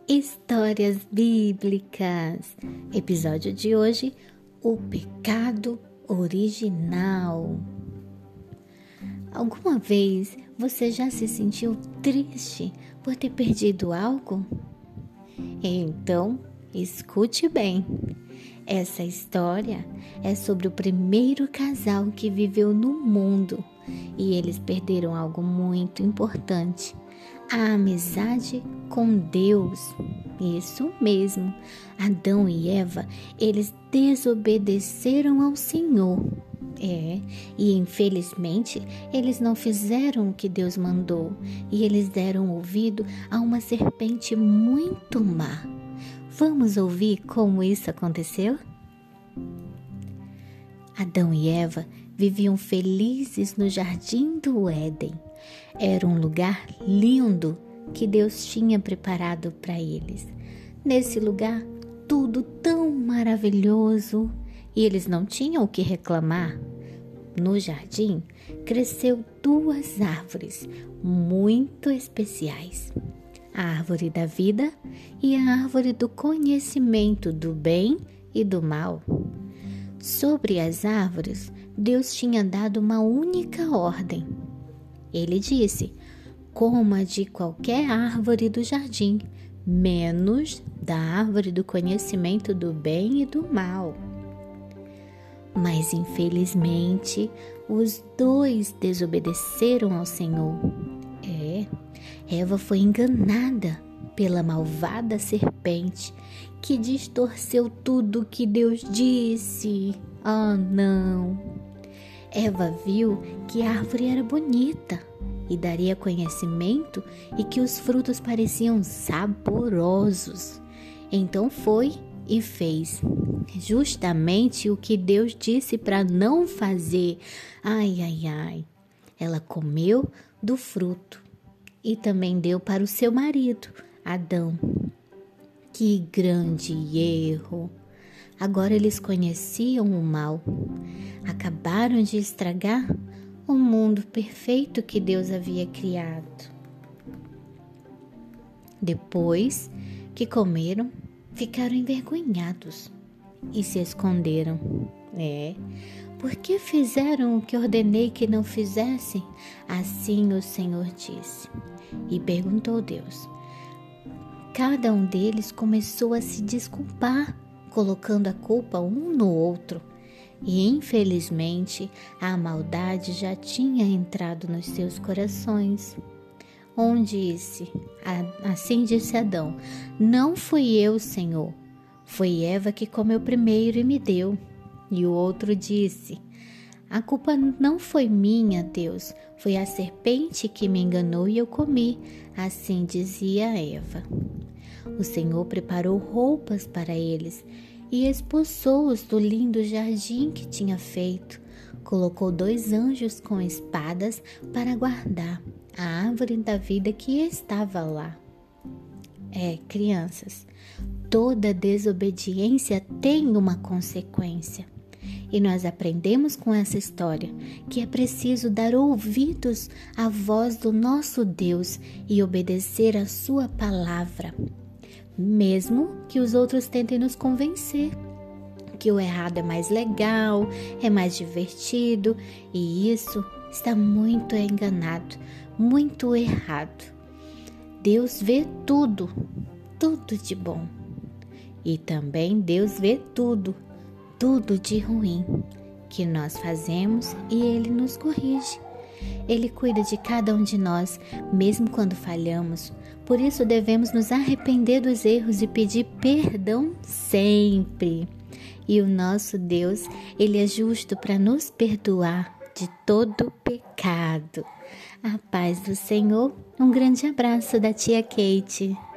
Histórias Bíblicas. Episódio de hoje: o pecado original. Alguma vez você já se sentiu triste por ter perdido algo? Então, escute bem. Essa história é sobre o primeiro casal que viveu no mundo e eles perderam algo muito importante: a amizade com Deus. Isso mesmo, Adão e Eva, eles desobedeceram ao Senhor. E infelizmente eles não fizeram o que Deus mandou e eles deram ouvido a uma serpente muito má. Vamos ouvir como isso aconteceu? Adão e Eva viviam felizes no jardim do Éden. Era um lugar lindo que Deus tinha preparado para eles. Nesse lugar, tudo tão maravilhoso, e eles não tinham o que reclamar. No jardim, cresceu duas árvores muito especiais: a árvore da vida e a árvore do conhecimento do bem e do mal. Sobre as árvores, Deus tinha dado uma única ordem. Ele disse: coma de qualquer árvore do jardim, menos da árvore do conhecimento do bem e do mal. Mas infelizmente, os dois desobedeceram ao Senhor. Eva foi enganada pela malvada serpente que distorceu tudo que Deus disse. Não! Eva viu que a árvore era bonita e daria conhecimento e que os frutos pareciam saborosos. Então foi e fez justamente o que Deus disse para não fazer. Ela comeu do fruto e também deu para o seu marido, Adão. Que grande erro! Agora eles conheciam o mal. Acabaram de estragar o mundo perfeito que Deus havia criado. Depois que comeram, ficaram envergonhados e se esconderam. Por que fizeram o que ordenei que não fizessem? Assim o Senhor disse. E perguntou Deus. Cada um deles começou a se desculpar, colocando a culpa um no outro. E infelizmente a maldade já tinha entrado nos seus corações. Assim disse Adão: não fui eu, Senhor, foi Eva que comeu primeiro e me deu. E o outro disse: a culpa não foi minha, Deus, foi a serpente que me enganou e eu comi. Assim dizia Eva. O Senhor preparou árvores para eles e expulsou-os do lindo jardim que tinha feito. Colocou 2 anjos com espadas para guardar a árvore da vida que estava lá. Crianças, toda desobediência tem uma consequência. E nós aprendemos com essa história que é preciso dar ouvidos à voz do nosso Deus e obedecer à sua palavra, mesmo que os outros tentem nos convencer que o errado é mais legal, é mais divertido, e isso está muito enganado, muito errado. Deus vê tudo de bom. E também Deus vê tudo de ruim que nós fazemos e Ele nos corrige. Ele cuida de cada um de nós, mesmo quando falhamos. Por isso devemos nos arrepender dos erros e pedir perdão sempre. E o nosso Deus, Ele é justo para nos perdoar de todo pecado. A paz do Senhor. Um grande abraço da tia Kate.